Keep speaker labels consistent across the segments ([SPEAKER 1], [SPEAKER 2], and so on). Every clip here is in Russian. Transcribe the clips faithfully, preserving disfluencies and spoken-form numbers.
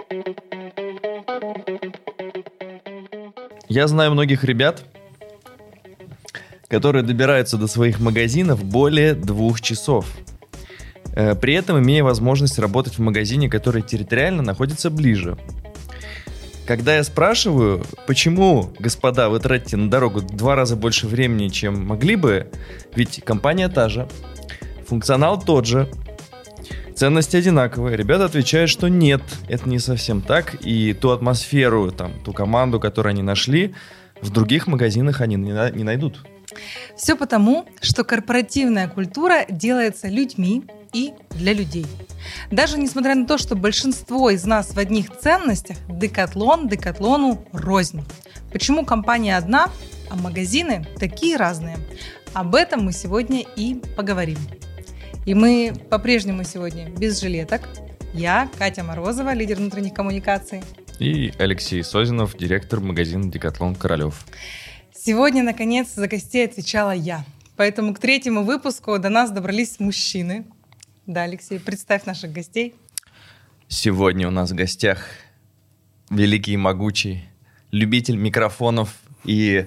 [SPEAKER 1] Я знаю многих ребят, которые добираются до своих магазинов более двух часов. При этом имея возможность работать в магазине, который территориально находится ближе. Когда я спрашиваю, почему, господа, вы тратите на дорогу в два раза больше времени, чем могли бы, ведь компания та же, функционал тот же, ценности одинаковые, ребята отвечают, что нет, это не совсем так, и ту атмосферу, там, ту команду, которую они нашли, в других магазинах они не найдут.
[SPEAKER 2] Все потому, что корпоративная культура делается людьми и для людей. Даже несмотря на то, что большинство из нас в одних ценностях, Декатлон Декатлону рознь. Почему компания одна, а магазины такие разные? Об этом мы сегодня и поговорим. И мы по-прежнему сегодня без жилеток. Я, Катя Морозова, лидер внутренних коммуникаций.
[SPEAKER 1] И Алексей Созинов, директор магазина Декатлон Королев.
[SPEAKER 2] Сегодня, наконец, за гостей отвечала я. Поэтому к третьему выпуску до нас добрались мужчины. Да, Алексей, представь наших гостей.
[SPEAKER 1] Сегодня у нас в гостях великий и могучий любитель микрофонов и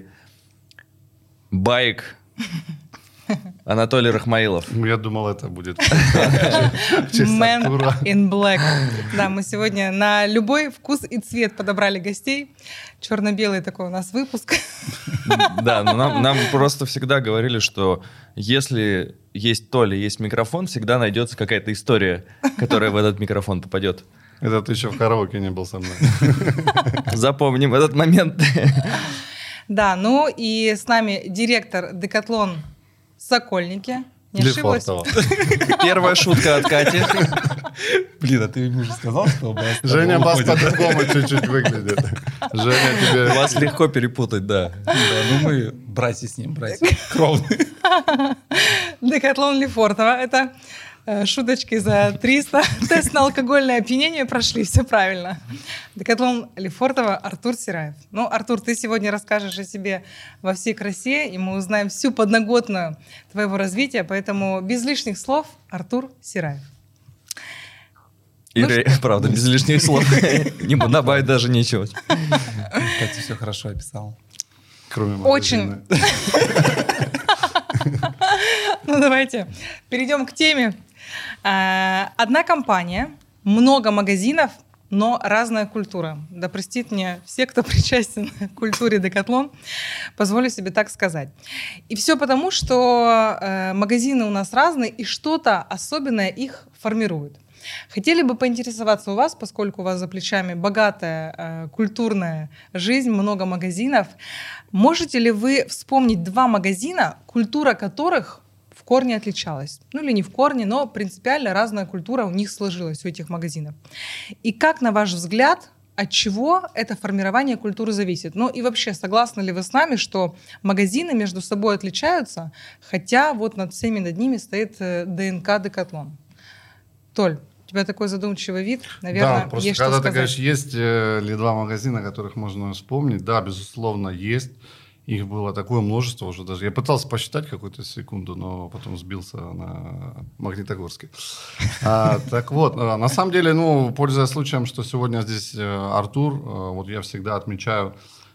[SPEAKER 1] баек Анатолий Рахмаилов.
[SPEAKER 3] Я думал, это будет
[SPEAKER 2] Man in Black. Да, мы сегодня на любой вкус и цвет подобрали гостей. Черно-белый такой у нас выпуск.
[SPEAKER 1] Да, но нам, нам просто всегда говорили, что если есть Толя, есть микрофон, всегда найдется какая-то история, которая в этот микрофон попадет.
[SPEAKER 3] Это ты еще в караоке не был со мной.
[SPEAKER 1] Запомним этот момент.
[SPEAKER 2] Да, ну и с нами директор Декатлон Сокольники. Не ошиблась?
[SPEAKER 1] Первая шутка от Кати.
[SPEAKER 4] Блин, а ты ему уже сказал, что Бас...
[SPEAKER 3] Женя Бас по-другому чуть-чуть выглядит. Женя тебе...
[SPEAKER 1] Вас легко перепутать, да.
[SPEAKER 4] Да, ну мы братья с ним, братья. Кровные.
[SPEAKER 2] Декатлон Лефортово. Это шуточки за триста. Тест на алкогольное опьянение прошли, все правильно. Декатлон Лефортово, Артур Сираев. Ну, Артур, ты сегодня расскажешь о себе во всей красе, и мы узнаем всю подноготную твоего развития, поэтому без лишних слов Артур Сираев.
[SPEAKER 1] Или, ну, правда, без лишних слов. Не добавить даже нечего.
[SPEAKER 4] Кстати, все хорошо описал.
[SPEAKER 3] Кроме
[SPEAKER 2] Очень. Ну, давайте перейдем к теме. Одна компания, много магазинов, но разная культура. Да простит мне все, кто причастен к культуре Декатлон, позволю себе так сказать. И все потому, что магазины у нас разные, и что-то особенное их формирует. Хотели бы поинтересоваться у вас, поскольку у вас за плечами богатая э, культурная жизнь, много магазинов. Можете ли вы вспомнить два магазина, культура которых в корне отличалась? Ну или не в корне, но принципиально разная культура у них сложилась, у этих магазинов. И как, на ваш взгляд, от чего это формирование культуры зависит? Ну и вообще, согласны ли вы с нами, что магазины между собой отличаются, хотя вот над всеми над ними стоит ДНК Декатлон? Толь, у тебя такой задумчивый вид, наверное,
[SPEAKER 3] да, просто
[SPEAKER 2] есть
[SPEAKER 3] когда
[SPEAKER 2] что
[SPEAKER 3] ты
[SPEAKER 2] сказать.
[SPEAKER 3] говоришь, есть ли два магазина, которых можно вспомнить, да, безусловно, есть. Их было такое множество уже даже. Я пытался посчитать какую-то секунду, но потом сбился на Магнитогорске. А, так вот, на самом деле, ну, пользуясь случаем, что сегодня здесь Артур, вот я всегда отмечаю,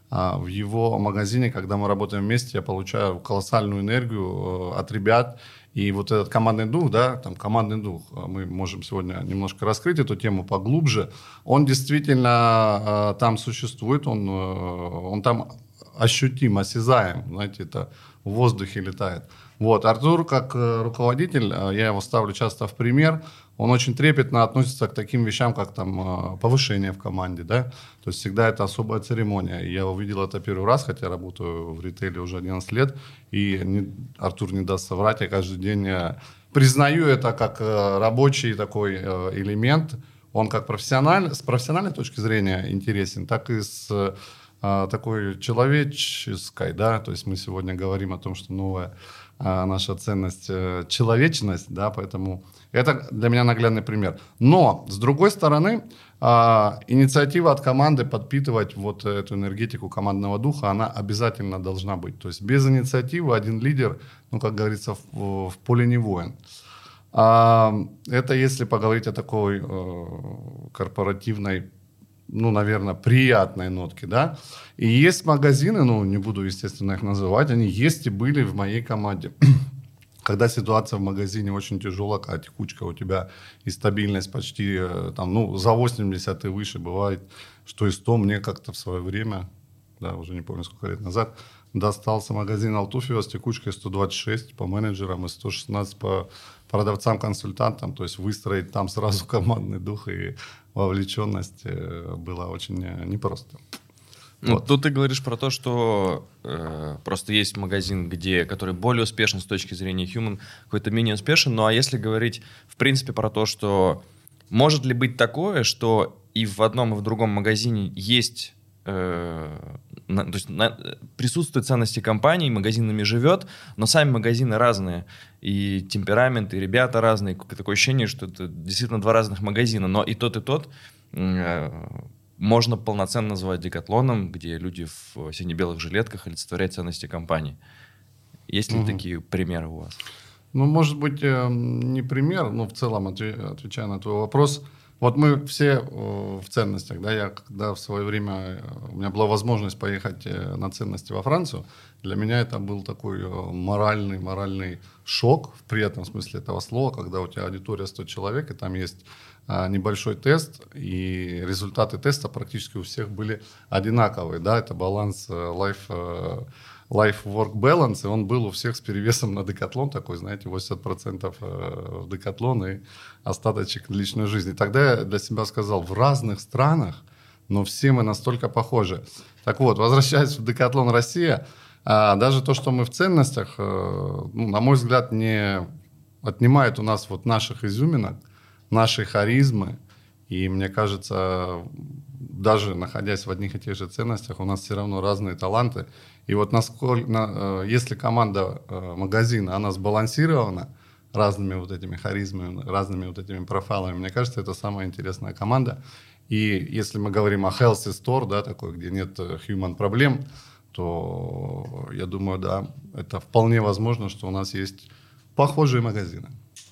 [SPEAKER 3] в его магазине, когда мы работаем вместе, я получаю колоссальную энергию от ребят. И вот этот командный дух, да, там командный дух, мы можем сегодня немножко раскрыть эту тему поглубже. Он действительно там существует, он, он там ощутим, осязаем, знаете, это в воздухе летает. Вот, Артур, как руководитель, я его ставлю часто в пример, он очень трепетно относится к таким вещам, как там повышение в команде, да, то есть всегда это особая церемония. Я увидел это первый раз, хотя работаю в ритейле уже одиннадцать лет, и не, Артур не даст соврать, я каждый день признаю это как рабочий такой элемент, он как профессиональ, с профессиональной точки зрения интересен, так и с такой человеческой, да, то есть мы сегодня говорим о том, что новая наша ценность – человечность, да, поэтому это для меня наглядный пример. Но, с другой стороны, инициатива от команды подпитывать вот эту энергетику командного духа, она обязательно должна быть. То есть без инициативы один лидер, ну, как говорится, в, в поле не воин. Это если поговорить о такой корпоративной ну, наверное, приятной нотки, да. И есть магазины, ну, не буду, естественно, их называть, они есть и были в моей команде. Когда ситуация в магазине очень тяжелая, когда текучка у тебя и стабильность почти, там, ну, за восемьдесят и выше бывает, что и сто, мне как-то в свое время, да, уже не помню, сколько лет назад, достался магазин Алтуфио с текучкой сто двадцать шесть по менеджерам и сто шестнадцать по продавцам-консультантам, то есть выстроить там сразу командный дух и вовлеченность было очень непросто.
[SPEAKER 1] Ну,
[SPEAKER 3] Вот.
[SPEAKER 1] тут ты говоришь про то, что э, просто есть магазин, где, который более успешен с точки зрения human, какой-то менее успешен. Ну а если говорить, в принципе, про то, что может ли быть такое, что и в одном, и в другом магазине есть, э, на, то есть на, присутствуют ценности компании, магазинами живет, но сами магазины разные, и темперамент, и ребята разные. Такое ощущение, что это действительно два разных магазина, но и тот, и тот... Э, можно полноценно называть декатлоном, где люди в сине-белых жилетках олицетворяют ценности компании. Есть ли угу. такие примеры у вас?
[SPEAKER 3] Ну, может быть, не пример, но в целом, отвечая на твой вопрос, вот мы все в ценностях, да, я когда в свое время, у меня была возможность поехать на ценности во Францию, для меня это был такой моральный, моральный шок, в приятном смысле этого слова, когда у тебя аудитория сто человек, и там есть небольшой тест, и результаты теста практически у всех были одинаковые, да, это баланс life, life-work balance, и он был у всех с перевесом на декатлон такой, знаете, восемьдесят процентов в декатлон и остаточек личной жизни. Тогда я для себя сказал, в разных странах, но все мы настолько похожи. Так вот, возвращаясь в Декатлон Россия, даже то, что мы в ценностях, ну, на мой взгляд, не отнимает у нас вот наших изюминок, нашей харизмы, и мне кажется, даже находясь в одних и тех же ценностях, у нас все равно разные таланты. И вот насколько, на, если команда магазина, она сбалансирована разными вот этими харизмами, разными вот этими профайлами, мне кажется, это самая интересная команда. И если мы говорим о healthy store, да, такой, где нет human проблем, то я думаю, да, это вполне возможно, что у нас есть похожие магазины.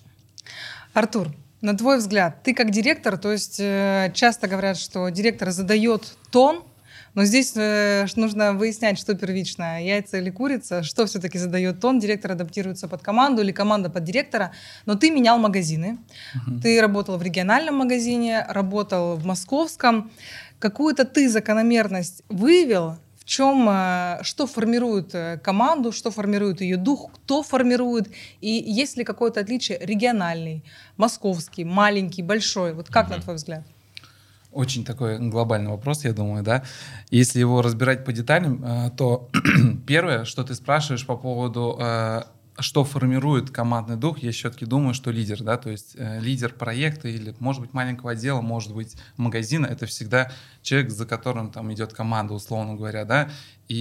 [SPEAKER 2] Артур, на твой взгляд, ты как директор, то есть э, часто говорят, что директор задает тон, но здесь э, нужно выяснять, что первично, яйца или курица, что все-таки задает тон, директор адаптируется под команду или команда под директора, но ты менял магазины, uh-huh. ты работал в региональном магазине, работал в московском, какую-то ты закономерность выявил, в чем, что формирует команду, что формирует ее дух, кто формирует, и есть ли какое-то отличие региональный, московский, маленький, большой, вот как mm-hmm. на твой взгляд?
[SPEAKER 4] Очень такой глобальный вопрос, я думаю, да. Если его разбирать по деталям, то первое, что ты спрашиваешь по поводу, что формирует командный дух, я все-таки думаю, что лидер, да, то есть лидер проекта или, может быть, маленького отдела, может быть, магазина, это всегда человек, за которым там идет команда, условно говоря, да.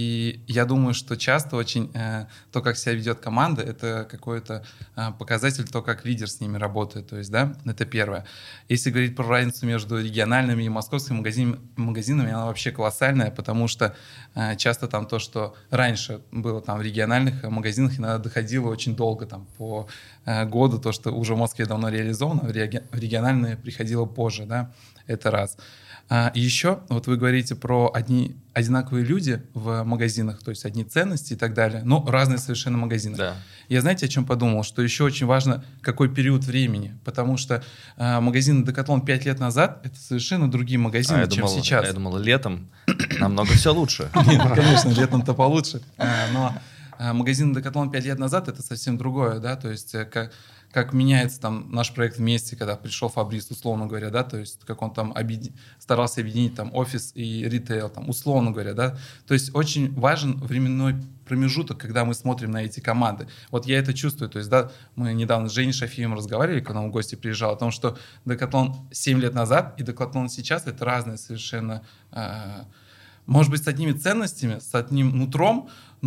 [SPEAKER 4] И я думаю, что часто очень э, то, как себя ведет команда, это какой-то э, показатель, то, как лидер с ними работает. То есть, да, это первое. Если говорить про разницу между региональными и московскими магазинами, магазинами она вообще колоссальная, потому что э, часто там то, что раньше было там в региональных магазинах, иногда доходило очень долго, там, по э, году, то, что уже в Москве давно реализовано, в, реги- в региональные приходило позже, да, это раз. А еще, вот вы говорите про одни одинаковые люди в магазинах, то есть одни ценности и так далее, но разные совершенно магазины.
[SPEAKER 1] Да.
[SPEAKER 4] Я, знаете, о чем подумал? Что еще очень важно, какой период времени, потому что э, магазин Decathlon пять лет назад — это совершенно другие магазины,
[SPEAKER 1] а
[SPEAKER 4] чем
[SPEAKER 1] думал,
[SPEAKER 4] сейчас.
[SPEAKER 1] Я думал, летом намного все лучше.
[SPEAKER 4] Нет, конечно, летом-то получше, но магазин Decathlon пять лет назад — это совсем другое, да, то есть как... как меняется там наш проект вместе, когда пришел Фабрис, условно говоря, да, то есть как он там объедин... старался объединить там офис и ритейл, там, условно говоря, да, то есть очень важен временной промежуток, когда мы смотрим на эти команды. Вот я это чувствую, то есть, да, мы недавно с Женей Шафиевым разговаривали, когда он в гости приезжал, о том, что Decathlon семь лет назад и Decathlon сейчас — это разные совершенно, э, может быть, с одними ценностями, с одним нутром,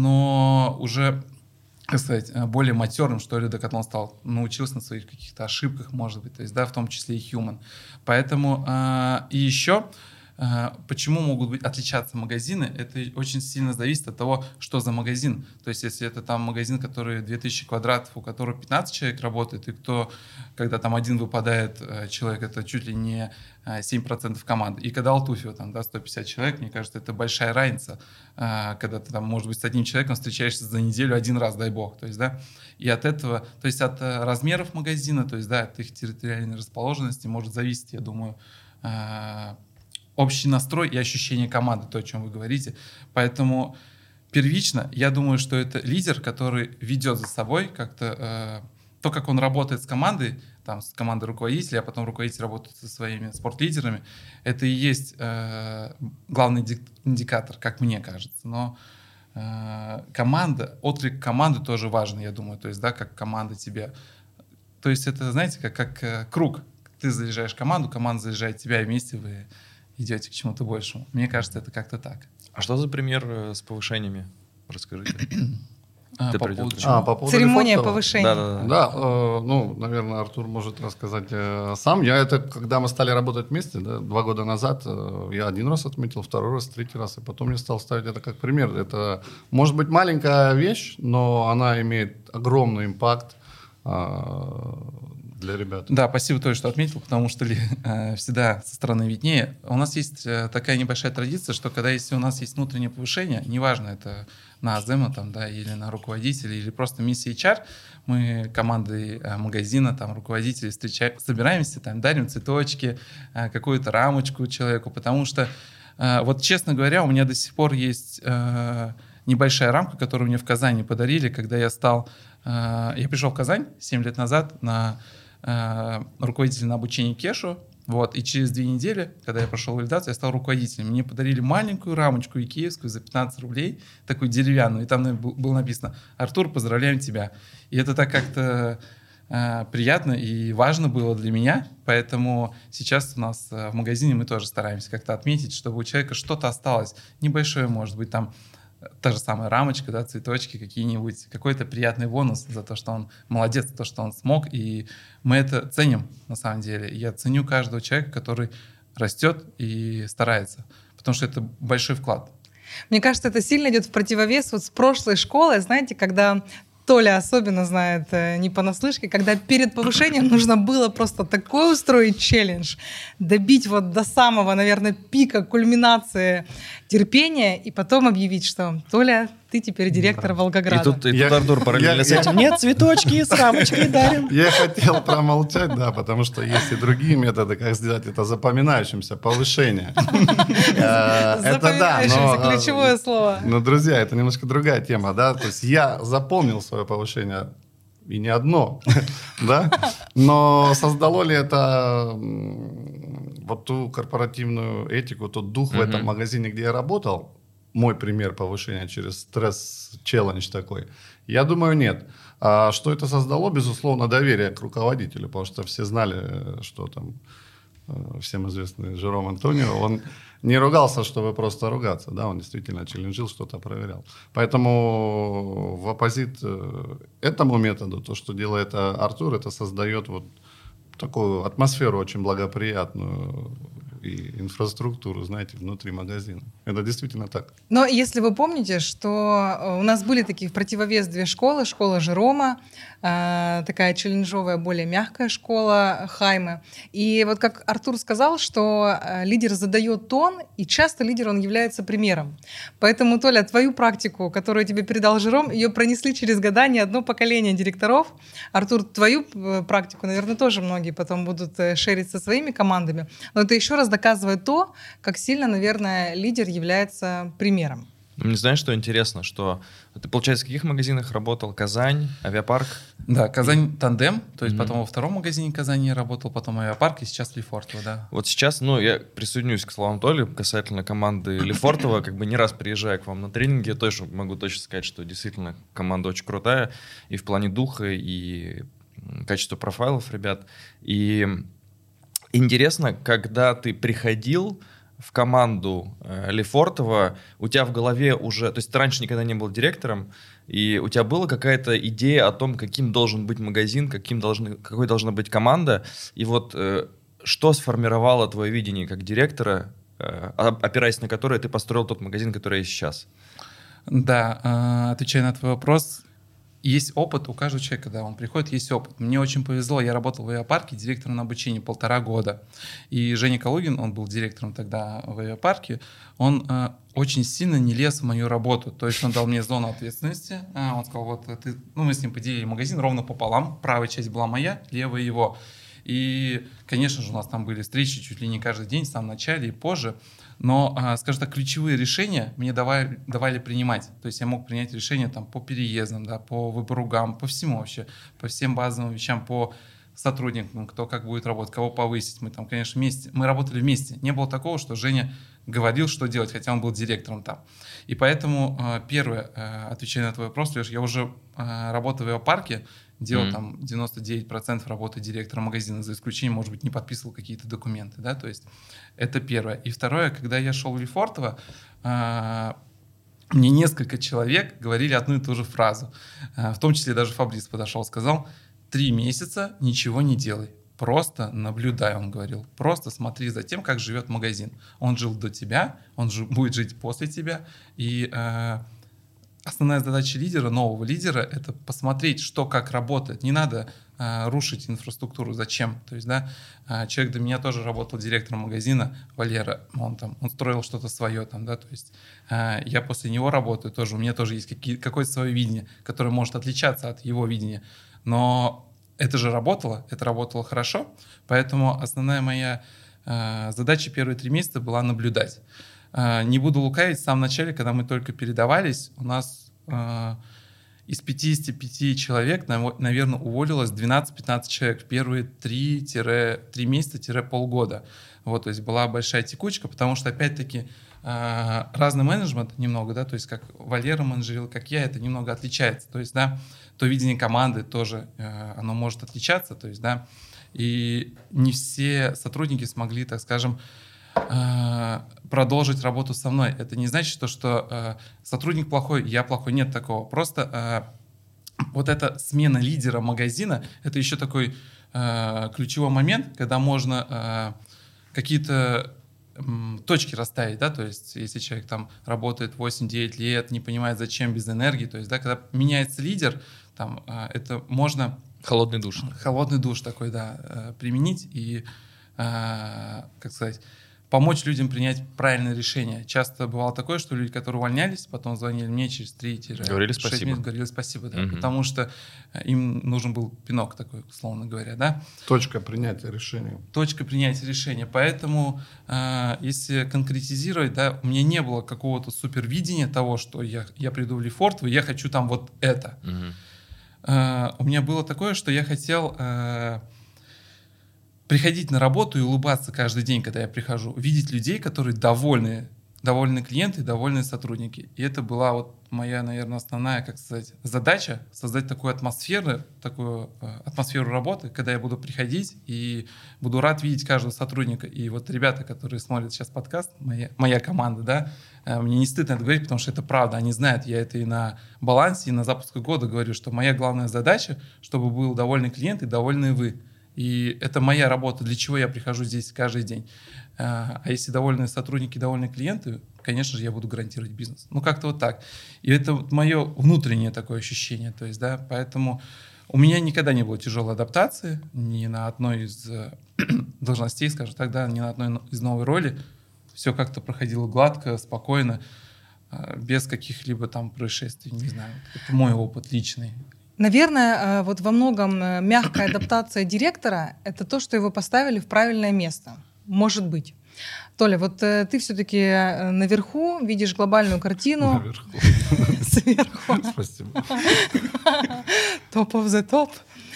[SPEAKER 4] но уже... как сказать, более матерым, что ли, Decathlon стал, научился на своих каких-то ошибках, может быть, то есть, да, в том числе и human. Поэтому, э, и еще Почему могут быть отличаться магазины? Это очень сильно зависит от того, что за магазин. То есть, если это там магазин, который две тысячи квадратов, у которого пятнадцать человек работает, и кто, когда там один выпадает человек, это чуть ли не семь процентов команды. И когда Алтуфьево там, да, сто пятьдесят человек, мне кажется, это большая разница, когда ты там, может быть, с одним человеком встречаешься за неделю один раз, дай бог. То есть, да, и от этого, то есть от размеров магазина, то есть, да, от их территориальной расположенности может зависеть, я думаю, общий настрой и ощущение команды, то, о чем вы говорите. Поэтому первично, я думаю, что это лидер, который ведет за собой как-то э, то, как он работает с командой, там, с командой руководителя, а потом руководитель работает со своими спортлидерами. Это и есть э, главный дик- индикатор, как мне кажется. Но э, команда, отклик команды тоже важен, я думаю. То есть, да, как команда тебе... То есть это, знаете, как, как э, круг. Ты заряжаешь команду, команда заряжает тебя, и вместе вы идете к чему-то большему. Мне кажется, это как-то так.
[SPEAKER 1] А что за пример с повышениями? Расскажите.
[SPEAKER 4] А,
[SPEAKER 1] Ты
[SPEAKER 4] по
[SPEAKER 1] придёт
[SPEAKER 4] поводу
[SPEAKER 1] к
[SPEAKER 4] чего?
[SPEAKER 3] А, по поводу
[SPEAKER 2] Церемония
[SPEAKER 3] Лефортово?
[SPEAKER 2] повышения.
[SPEAKER 1] Да, да, да.
[SPEAKER 3] Да, э, ну, наверное, Артур может рассказать э, сам. Я это, когда мы стали работать вместе, да, два года назад, э, я один раз отметил, второй раз, третий раз, и потом я стал ставить это как пример. Это может быть маленькая вещь, но она имеет огромный импакт э, для ребят.
[SPEAKER 4] Да, спасибо тоже, что отметил, потому что э, всегда со стороны виднее. У нас есть э, такая небольшая традиция, что когда если у нас есть внутреннее повышение, неважно, это на Азема там, да, или на руководителя, или просто миссия эйч ар, мы командой э, магазина, там, руководителей встречаем, собираемся, там, дарим цветочки, э, какую-то рамочку человеку, потому что, э, вот честно говоря, у меня до сих пор есть э, небольшая рамка, которую мне в Казани подарили, когда я стал, э, я пришел в Казань семь лет назад на руководитель на обучение Кешу, вот, и через две недели, когда я прошел валидацию, я стал руководителем. Мне подарили маленькую рамочку икеевскую за пятнадцать рублей, такую деревянную, и там было написано: «Артур, поздравляем тебя». И это так как-то э, приятно и важно было для меня, поэтому сейчас у нас э, в магазине мы тоже стараемся как-то отметить, чтобы у человека что-то осталось, небольшое, может быть, там, та же самая рамочка, да, цветочки какие-нибудь, какой-то приятный бонус за то, что он молодец, за то, что он смог, и мы это ценим на самом деле. Я ценю каждого человека, который растет и старается, потому что это большой вклад.
[SPEAKER 2] Мне кажется, это сильно идет в противовес вот с прошлой школы, знаете, когда Толя особенно знает не понаслышке, когда перед повышением нужно было просто такой устроить челлендж, добить вот до самого, наверное, пика, кульминации терпения, и потом объявить, что Толя, ты теперь директор
[SPEAKER 3] Да.
[SPEAKER 2] Волгограда.
[SPEAKER 1] И тут, и
[SPEAKER 3] Я-
[SPEAKER 1] тут Артур параллельно
[SPEAKER 3] я-
[SPEAKER 1] с этим. Нет, цветочки с рамочкой дарим.
[SPEAKER 3] Я хотел промолчать, да, потому что есть и другие методы, как сделать это запоминающимся, повышение. Э, Это да,
[SPEAKER 2] Запоминающееся
[SPEAKER 3] но... э,
[SPEAKER 2] ключевое слово.
[SPEAKER 3] Ну, друзья, это немножко другая тема, да, то есть я запомнил свое повышение, и не одно, да, но создало ли это м, вот ту корпоративную этику, тот дух в этом
[SPEAKER 1] Мгм.
[SPEAKER 3] магазине, где я работал, мой пример повышения через стресс-челлендж такой, я думаю, нет. А что это создало? Безусловно, доверие к руководителю, потому что все знали, что там э, всем известный Жером Антонио, он не ругался, чтобы просто ругаться, да, он действительно челленджил, что-то проверял. Поэтому в оппозит э, этому методу, то, что делает э, Артур, это создает вот такую атмосферу очень благоприятную и инфраструктуру, знаете, внутри магазина. Это действительно так.
[SPEAKER 2] Но если вы помните, что у нас были такие в противовес две школы. Школа Жерома, э, такая челленджовая, более мягкая школа Хаймы. И вот как Артур сказал, что э, лидер задает тон, и часто лидер, он является примером. Поэтому, Толя, твою практику, которую тебе передал Жером, ее пронесли через года не одно поколение директоров. Артур, твою э, практику, наверное, тоже многие потом будут э, шерить со своими командами. Но это еще раз доказывает то, как сильно, наверное, лидер является примером.
[SPEAKER 1] Мне знаешь, что интересно, что ты, получается, в каких магазинах работал? Казань, авиапарк?
[SPEAKER 4] Да, Казань тандем, то есть
[SPEAKER 1] Мгм.
[SPEAKER 4] потом во втором магазине Казани я работал, потом авиапарк, и сейчас Лефортово, да.
[SPEAKER 1] Вот сейчас, ну, я присоединюсь к словам Толи касательно команды Лефортово, как бы не раз приезжая к вам на тренинги, я тоже могу точно сказать, что действительно команда очень крутая и в плане духа, и качества профайлов ребят. И интересно, когда ты приходил в команду э, Лефортово, у тебя в голове уже... То есть ты раньше никогда не был директором, и у тебя была какая-то идея о том, каким должен быть магазин, каким должны, какой должна быть команда. И вот э, что сформировало твое видение как директора опираясь на которые ты построил тот магазин, который есть сейчас.
[SPEAKER 4] Да, отвечая на твой вопрос, есть опыт у каждого человека, когда он приходит, есть опыт. Мне очень повезло, я работал в авиапарке директором на обучении полтора года. И Женя Калугин, он был директором тогда в авиапарке, он э, очень сильно не лез в мою работу. То есть он дал мне зону ответственности. А, он сказал, вот ты... Ну, мы с ним поделили магазин ровно пополам. Правая часть была моя, левая его. И, конечно же, у нас там были встречи чуть ли не каждый день, в самом начале и позже. Но, скажем так, ключевые решения мне давали, давали принимать. То есть я мог принять решения там, по переездам, да, по выбору гамм, по всему вообще, по всем базовым вещам, по сотрудникам, кто как будет работать, кого повысить. Мы там, конечно, вместе, мы работали вместе. Не было такого, что Женя говорил, что делать, хотя он был директором там. И поэтому, первое, отвечая на твой вопрос, Леш, я уже работаю в авиапарке, делал mm-hmm. там девяносто девять процентов работы директора магазина, за исключением, может быть, не подписывал какие-то документы, да, то есть это первое. И второе, когда я шел в Лефортово, э, мне несколько человек говорили одну и ту же фразу, э, в том числе даже Фабрис подошел, сказал, три месяца ничего не делай, просто наблюдай, он говорил, просто смотри за тем, как живет магазин. Он жил до тебя, он ж- будет жить после тебя, и... Э, Основная задача лидера, нового лидера, это посмотреть, что как работает. Не надо э, рушить инфраструктуру. Зачем? То есть, да, э, человек до меня тоже работал директором магазина, Валера, он там, он строил что-то свое там, да, то есть э, я после него работаю тоже, у меня тоже есть какие, какое-то свое видение, которое может отличаться от его видения, но это же работало, это работало хорошо, поэтому основная моя э, задача первые три месяца была наблюдать. Не буду лукавить, в самом начале, когда мы только передавались, у нас э, из пятидесяти пяти человек, наверное, уволилось двенадцать-пятнадцать человек в первые три месяца-полгода. Вот, то есть была большая текучка, потому что, опять-таки, э, разный менеджмент немного, да, то есть как Валера менеджерил, как я, это немного отличается. То есть, да, то видение команды тоже, э, оно может отличаться, то есть, да, и не все сотрудники смогли, так скажем, продолжить работу со мной. Это не значит, что, что э, сотрудник плохой, я плохой. Нет такого. Просто э, вот эта смена лидера магазина, это еще такой э, ключевой момент, когда можно э, какие-то э, точки расставить, да, то есть если человек там работает восемь-девять лет, не понимает, зачем без энергии, то есть, да, когда меняется лидер, там, э, это можно...
[SPEAKER 1] Холодный душ.
[SPEAKER 4] Холодный душ такой, да, э, применить и, э, как сказать, помочь людям принять правильное решение. Часто бывало такое, что люди, которые увольнялись, потом звонили мне через три-шесть месяцев, говорили спасибо, да, угу. потому что им нужен был пинок такой, условно говоря, да.
[SPEAKER 3] Точка принятия решения.
[SPEAKER 4] Точка принятия решения. Поэтому, э, если конкретизировать, да, у меня не было какого-то супервидения того, что я, я приду в Лефортово, я хочу там вот это. Угу. Э, у меня было такое, что я хотел... Э, приходить на работу и улыбаться каждый день, когда я прихожу, видеть людей, которые довольны, довольны клиенты, довольны сотрудники. И это была вот моя, наверное, основная, как сказать, задача — создать такую атмосферу, такую э, атмосферу работы, когда я буду приходить и буду рад видеть каждого сотрудника. И вот ребята, которые смотрят сейчас подкаст, моя, моя команда, да, э, мне не стыдно это говорить, потому что это правда. Они знают, я это и на балансе, и на запуске года говорю, что моя главная задача, чтобы был довольный клиент и довольны вы. И это моя работа, для чего я прихожу здесь каждый день. А если довольны сотрудники, довольны клиенты, конечно же, я буду гарантировать бизнес. Ну, как-то вот так. И это вот мое внутреннее такое ощущение. То есть, да, поэтому у меня никогда не было тяжелой адаптации ни на одной из должностей, скажем так, да, ни на одной из новой роли. Все как-то проходило гладко, спокойно, без каких-либо там происшествий, не знаю. Это мой опыт личный.
[SPEAKER 2] Наверное, вот во многом мягкая адаптация директора — это то, что его поставили в правильное место. Может быть. Толя, вот ты все-таки наверху видишь глобальную картину.
[SPEAKER 3] Наверху.
[SPEAKER 2] Сверху.
[SPEAKER 3] Спасибо.
[SPEAKER 2] Top of the top.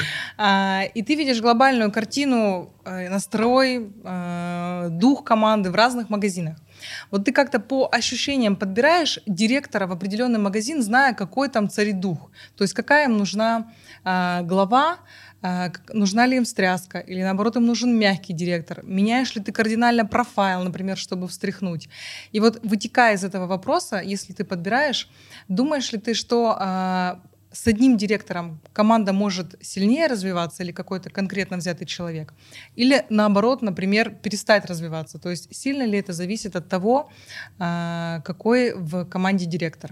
[SPEAKER 2] И ты видишь глобальную картину, настрой, дух команды в разных магазинах. Вот ты как-то по ощущениям подбираешь директора в определенный магазин, зная, какой там царит дух. То есть какая им нужна э, глава, э, нужна ли им встряска, или наоборот им нужен мягкий директор. Меняешь ли ты кардинально профайл, например, чтобы встряхнуть. И вот вытекая из этого вопроса, если ты подбираешь, думаешь ли ты, что э, с одним директором команда может сильнее развиваться или какой-то конкретно взятый человек, или наоборот, например, перестать развиваться. То есть сильно ли это зависит от того, какой в команде директор?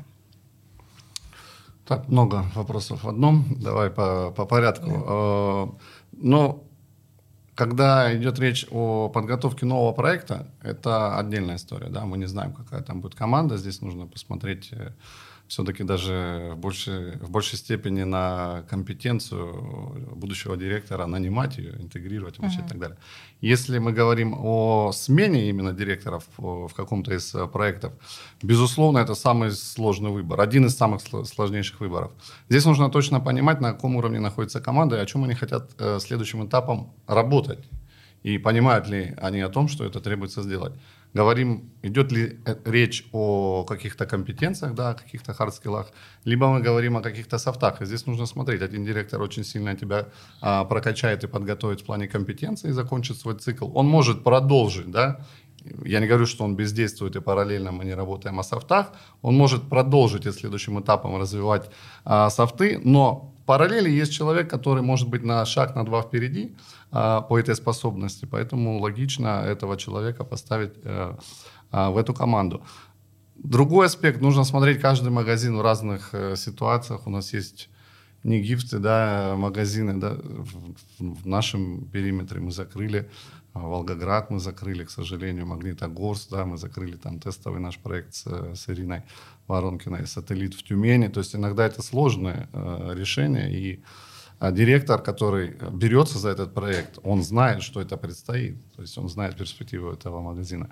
[SPEAKER 3] Так, много вопросов в одном. Давай по, по порядку. Yeah. Но когда идет речь о подготовке нового проекта, это отдельная история. Да? Мы не знаем, какая там будет команда. Здесь нужно посмотреть все-таки даже в большей, в большей степени на компетенцию будущего директора, нанимать ее, интегрировать, обучать uh-huh. и так далее. Если мы говорим о смене именно директоров в каком-то из проектов, безусловно, это самый сложный выбор, один из самых сложнейших выборов. Здесь нужно точно понимать, на каком уровне находится команда и о чем они хотят следующим этапом работать. И понимают ли они о том, что это требуется сделать. Говорим, идет ли речь о каких-то компетенциях, да, о каких-то хардскиллах, либо мы говорим о каких-то софтах. И здесь нужно смотреть. Один директор очень сильно тебя а, прокачает и подготовит в плане компетенции и закончит свой цикл. Он может продолжить, да. Я не говорю, что он бездействует и параллельно мы не работаем о софтах. Он может продолжить и следующим этапом развивать а, софты, но в параллели есть человек, который может быть на шаг, на два впереди а, по этой способности. Поэтому логично этого человека поставить а, а, в эту команду. Другой аспект. Нужно смотреть каждый магазин в разных а, ситуациях. У нас есть не гифты, да, магазины. Да, в, в нашем периметре мы закрыли. Волгоград мы закрыли, к сожалению, Магнитогорск, да, мы закрыли там тестовый наш проект с, с Ириной Воронкиной, сателлит в Тюмени. То есть иногда это сложное э, решение, и э, директор, который берется за этот проект, он знает, что это предстоит, то есть он знает перспективу этого магазина.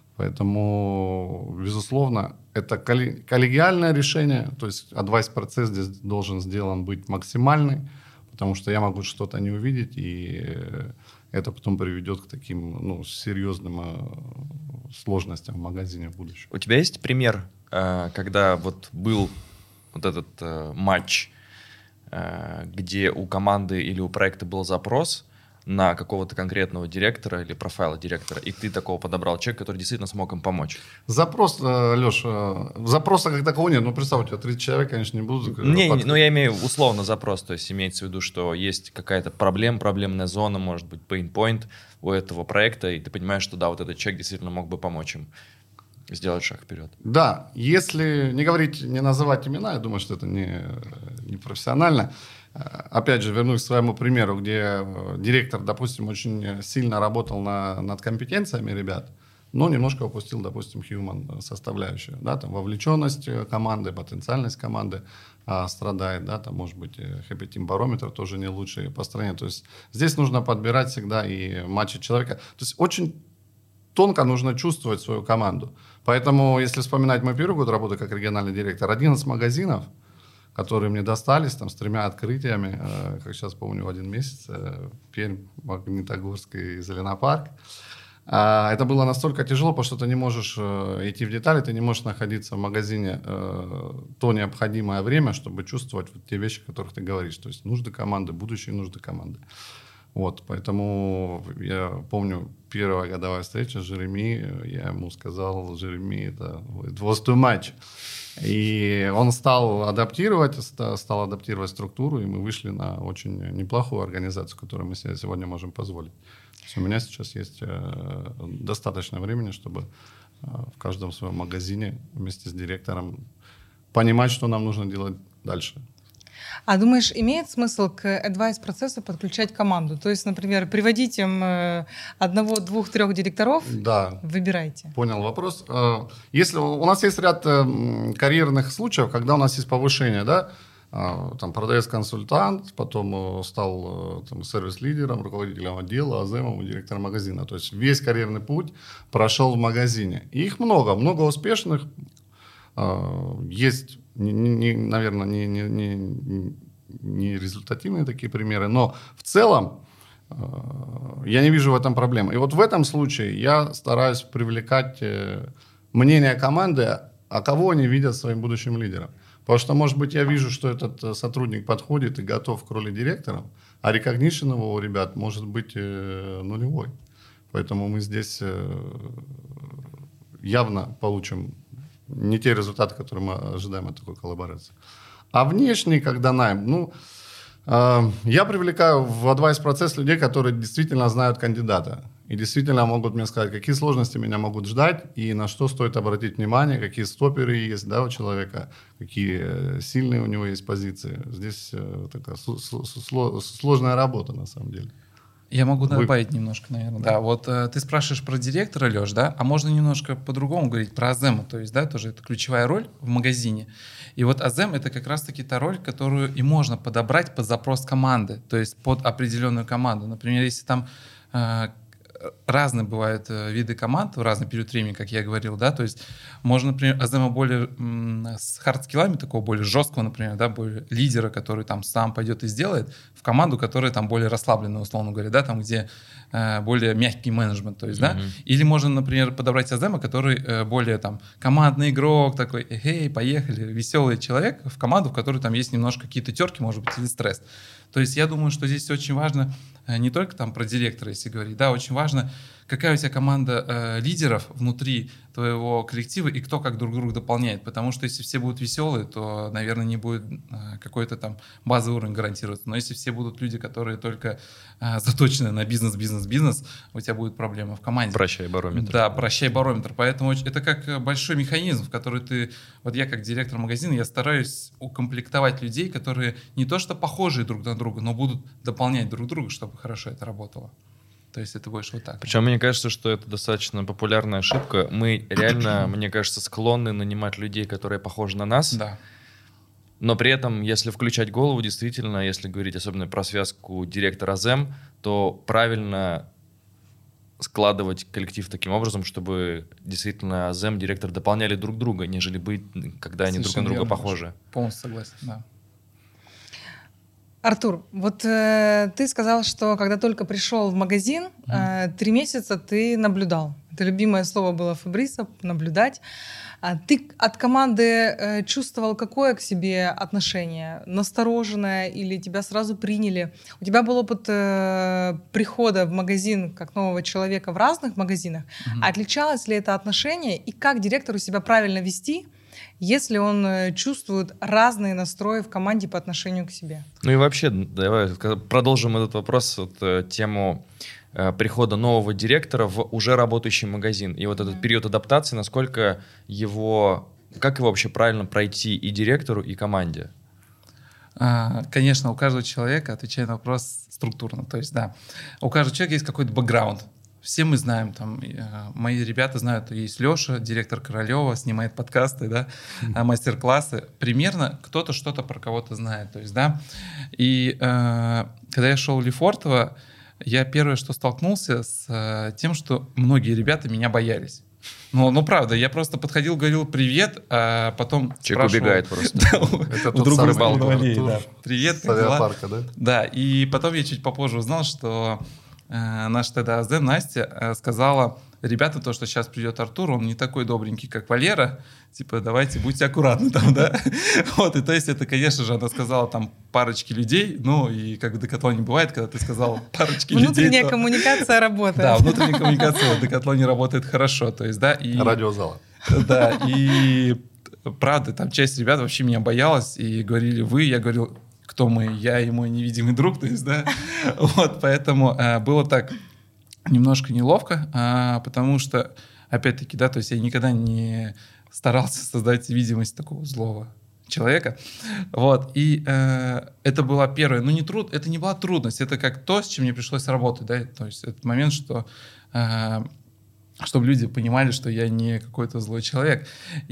[SPEAKER 3] Поэтому, безусловно, это коллегиальное решение, то есть адвайс-процесс здесь должен сделан быть максимальный, потому что я могу что-то не увидеть, и это потом приведет к таким, ну, серьезным э, сложностям в магазине в будущем.
[SPEAKER 1] У тебя есть пример, э, когда вот был вот этот э, матч, э, где у команды или у проекта был запрос на какого-то конкретного директора или профайла директора, и ты такого подобрал человека, который действительно смог им помочь?
[SPEAKER 3] Запрос, Леш, запроса как такого нет. Ну, представь, у тебя тридцать человек, конечно, не будут.
[SPEAKER 1] Не, не, ну я имею условно запрос, то есть имеется в виду, что есть какая-то проблема, проблемная зона, может быть, pain point у этого проекта, и ты понимаешь, что да, вот этот человек действительно мог бы помочь им сделать шаг вперед.
[SPEAKER 3] Да, если не говорить, не называть имена, я думаю, что это не, не профессионально. Опять же, вернусь к своему примеру, где директор, допустим, очень сильно работал на, над компетенциями ребят, но немножко упустил, допустим, human составляющую. Да, там вовлеченность команды, потенциальность команды а, страдает. Да, там, может быть, Happy Team барометр тоже не лучший по стране. То есть здесь нужно подбирать всегда и матчить человека. То есть очень тонко нужно чувствовать свою команду. Поэтому, если вспоминать мой первый год работы как региональный директор, одиннадцать магазинов, которые мне достались, там, с тремя открытиями, э, как сейчас помню, в один месяц, э, Пермь, Магнитогорск и Зеленопарк. А, это было настолько тяжело, потому что ты не можешь э, идти в детали, ты не можешь находиться в магазине э, то необходимое время, чтобы чувствовать вот те вещи, о которых ты говоришь. То есть нужды команды, будущие нужды команды. Вот, поэтому я помню первая годовая встреча с Жереми, я ему сказал: Жереми, это it was too much. И он стал адаптировать, стал адаптировать структуру, и мы вышли на очень неплохую организацию, которую мы себе сегодня можем позволить. То есть у меня сейчас есть э, достаточно времени, чтобы э, в каждом своем магазине вместе с директором понимать, что нам нужно делать дальше.
[SPEAKER 2] А думаешь, имеет смысл к advice-процессу подключать команду? То есть, например, приводить им одного, двух, трех директоров,
[SPEAKER 3] да.
[SPEAKER 2] Выбирайте.
[SPEAKER 3] Понял вопрос. Если у нас есть ряд карьерных случаев, когда у нас есть повышение, да, там продавец-консультант, потом стал там, сервис-лидером, руководителем отдела, АЗМом, директором магазина. То есть весь карьерный путь прошел в магазине. И их много, много успешных. Есть, не, не, наверное, не, не, не, не результативные такие примеры, но в целом я не вижу в этом проблемы. И вот в этом случае я стараюсь привлекать мнение команды, а кого они видят своим будущим лидером. Потому что, может быть, я вижу, что этот сотрудник подходит и готов к роли директора, а recognition его у ребят может быть нулевой. Поэтому мы здесь явно получим не те результаты, которые мы ожидаем от такой коллаборации. А внешний, когда найм, ну, э, я привлекаю в адвайс-процесс людей, которые действительно знают кандидата. И действительно могут мне сказать, какие сложности меня могут ждать, и на что стоит обратить внимание, какие стоперы есть, да, у человека, какие сильные у него есть позиции. Здесь э, такая сложная работа, на самом деле.
[SPEAKER 4] Я могу Вы... добавить немножко, наверное. Да, вот э, ты спрашиваешь про директора, Леш, да, а можно немножко по-другому говорить про Азема, то есть, да, тоже это ключевая роль в магазине. И вот Азем — это как раз-таки та роль, которую и можно подобрать под запрос команды, то есть под определенную команду. Например, если там э, разные бывают виды команд в разный период времени, как я говорил, да, то есть можно, например, Азема более м, с хардскиллами, такого более жесткого, например, да, более лидера, который там сам пойдет и сделает, в команду, которая там более расслабленная, условно говоря, да, там, где э, более мягкий менеджмент, то есть, mm-hmm. да, или можно, например, подобрать Азема, который э, более там командный игрок, такой, эй, поехали, веселый человек в команду, в которой там есть немножко какие-то терки, может быть, или стресс. То есть я думаю, что здесь очень важно не только там про директора, если говорить, да, очень важно, какая у тебя команда э, лидеров внутри твоего коллектива и кто как друг друга дополняет. Потому что если все будут веселые, то, наверное, не будет э, какой-то там базовый уровень гарантироваться. Но если все будут люди, которые только э, заточены на бизнес, бизнес, бизнес, у тебя будет проблема в команде.
[SPEAKER 1] Прощай барометр.
[SPEAKER 4] Да, прощай барометр. Поэтому это как большой механизм, в который ты... Вот я как директор магазина, я стараюсь укомплектовать людей, которые не то что похожие друг на друга, но будут дополнять друг друга, чтобы хорошо это работало. То есть это больше вот так.
[SPEAKER 1] Причем мне кажется, что это достаточно популярная ошибка. Мы реально, мне кажется, склонны нанимать людей, которые похожи на нас.
[SPEAKER 4] Да.
[SPEAKER 1] Но при этом, если включать голову, действительно, если говорить особенно про связку директор-Азем, то правильно складывать коллектив таким образом, чтобы действительно Азем, директор дополняли друг друга, нежели быть, когда они друг на друга похожи.
[SPEAKER 4] Полностью согласен, да.
[SPEAKER 2] Артур, вот э, ты сказал, что когда только пришел в магазин, э, три месяца ты наблюдал. Это любимое слово было Фабриса — наблюдать. А ты от команды э, чувствовал какое к себе отношение? Настороженное или тебя сразу приняли? У тебя был опыт э, прихода в магазин как нового человека в разных магазинах. Mm-hmm. Отличалось ли это отношение? И как директору себя правильно вести, если он чувствует разные настрои в команде по отношению к себе?
[SPEAKER 1] Ну и вообще, давай продолжим этот вопрос, вот, тему э, прихода нового директора в уже работающий магазин. И вот этот mm-hmm. период адаптации, насколько его, как его вообще правильно пройти и директору, и команде?
[SPEAKER 4] А, конечно, у каждого человека, отвечая на вопрос структурно, то есть да, у каждого человека есть какой-то бэкграунд. Все мы знаем, там, э, мои ребята знают, есть Леша, директор Королева, снимает подкасты, да, mm-hmm. мастер-классы. Примерно кто-то что-то про кого-то знает, то есть, да. И э, когда я шел в Лефортово, я первое, что столкнулся с э, тем, что многие ребята меня боялись. Ну, ну, правда, я просто подходил, говорил привет, а потом
[SPEAKER 1] человек
[SPEAKER 4] спрашивал...
[SPEAKER 1] убегает просто.
[SPEAKER 3] Это тот самый Артур
[SPEAKER 4] привет,
[SPEAKER 3] с авиапарка, да?
[SPEAKER 4] Да, и потом я чуть попозже узнал, что наша тогда Азем Настя сказала: ребята, то, что сейчас придет Артур, он не такой добренький, как Валера, типа, давайте, будьте аккуратны там, да. Вот, и то есть это, конечно же, она сказала там парочке людей, ну, и как в Декатлоне бывает, когда ты сказал парочке людей.
[SPEAKER 2] Внутренняя коммуникация работает.
[SPEAKER 4] Да, внутренняя коммуникация в Декатлоне работает хорошо, то есть, да.
[SPEAKER 3] Радиозала.
[SPEAKER 4] Да, и правда, там часть ребят вообще меня боялась и говорили: вы, я говорил, кто мы, я и мой невидимый друг, то есть, да, вот, поэтому э, было так немножко неловко, э, потому что, опять-таки, да, то есть я никогда не старался создать видимость такого злого человека, вот, и э, это была первая, ну, не труд, это не была трудность, это как то, с чем мне пришлось работать, да, то есть этот момент, что э, чтобы люди понимали, что я не какой-то злой человек.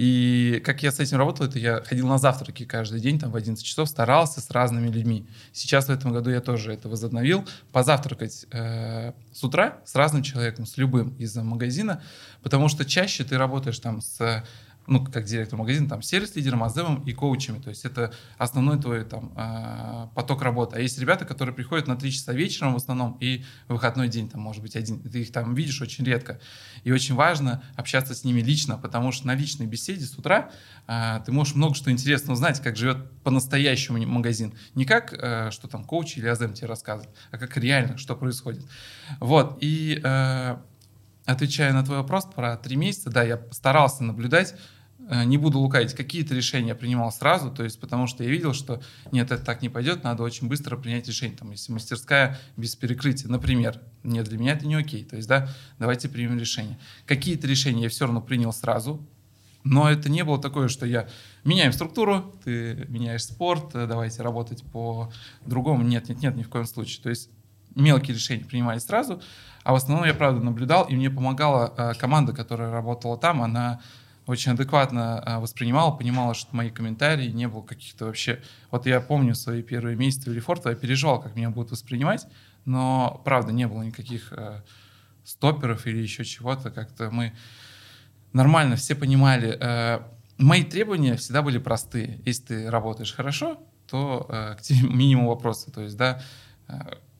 [SPEAKER 4] И как я с этим работал, это я ходил на завтраки каждый день, там в одиннадцать часов, старался с разными людьми. Сейчас в этом году я тоже это возобновил, позавтракать э, с утра с разным человеком, с любым из магазина, потому что чаще ты работаешь там с... ну, как директор магазина, там, сервис-лидером, аземом и коучами. То есть это основной твой там поток работы. А есть ребята, которые приходят на три часа вечером в основном и в выходной день, там, может быть, один. Ты их там видишь очень редко. И очень важно общаться с ними лично, потому что на личной беседе с утра а, ты можешь много что интересного узнать, как живет по-настоящему магазин. Не как, а, что там коуч или азем тебе рассказывает, а как реально, что происходит. Вот. И а, отвечая на твой вопрос про три месяца, да, я старался наблюдать не буду лукавить, какие-то решения я принимал сразу, то есть потому что я видел, что нет, это так не пойдет, надо очень быстро принять решение. Там, если мастерская без перекрытия, например, нет, для меня это не окей, то есть, да, давайте примем решение. Какие-то решения я все равно принял сразу, но это не было такое, что я меняем структуру, ты меняешь спорт, давайте работать по-другому. Нет, нет, нет, ни в коем случае. То есть мелкие решения принимались сразу, а в основном я, правда, наблюдал, и мне помогала э, команда, которая работала там, она очень адекватно э, воспринимала, понимала, что мои комментарии не было каких-то вообще... Вот я помню свои первые месяцы в Лефортово, я переживал, как меня будут воспринимать, но, правда, не было никаких э, стоперов или еще чего-то, как-то мы нормально все понимали. Э, мои требования всегда были простые. Если ты работаешь хорошо, то э, к тебе минимум вопросов, то есть, да... Э,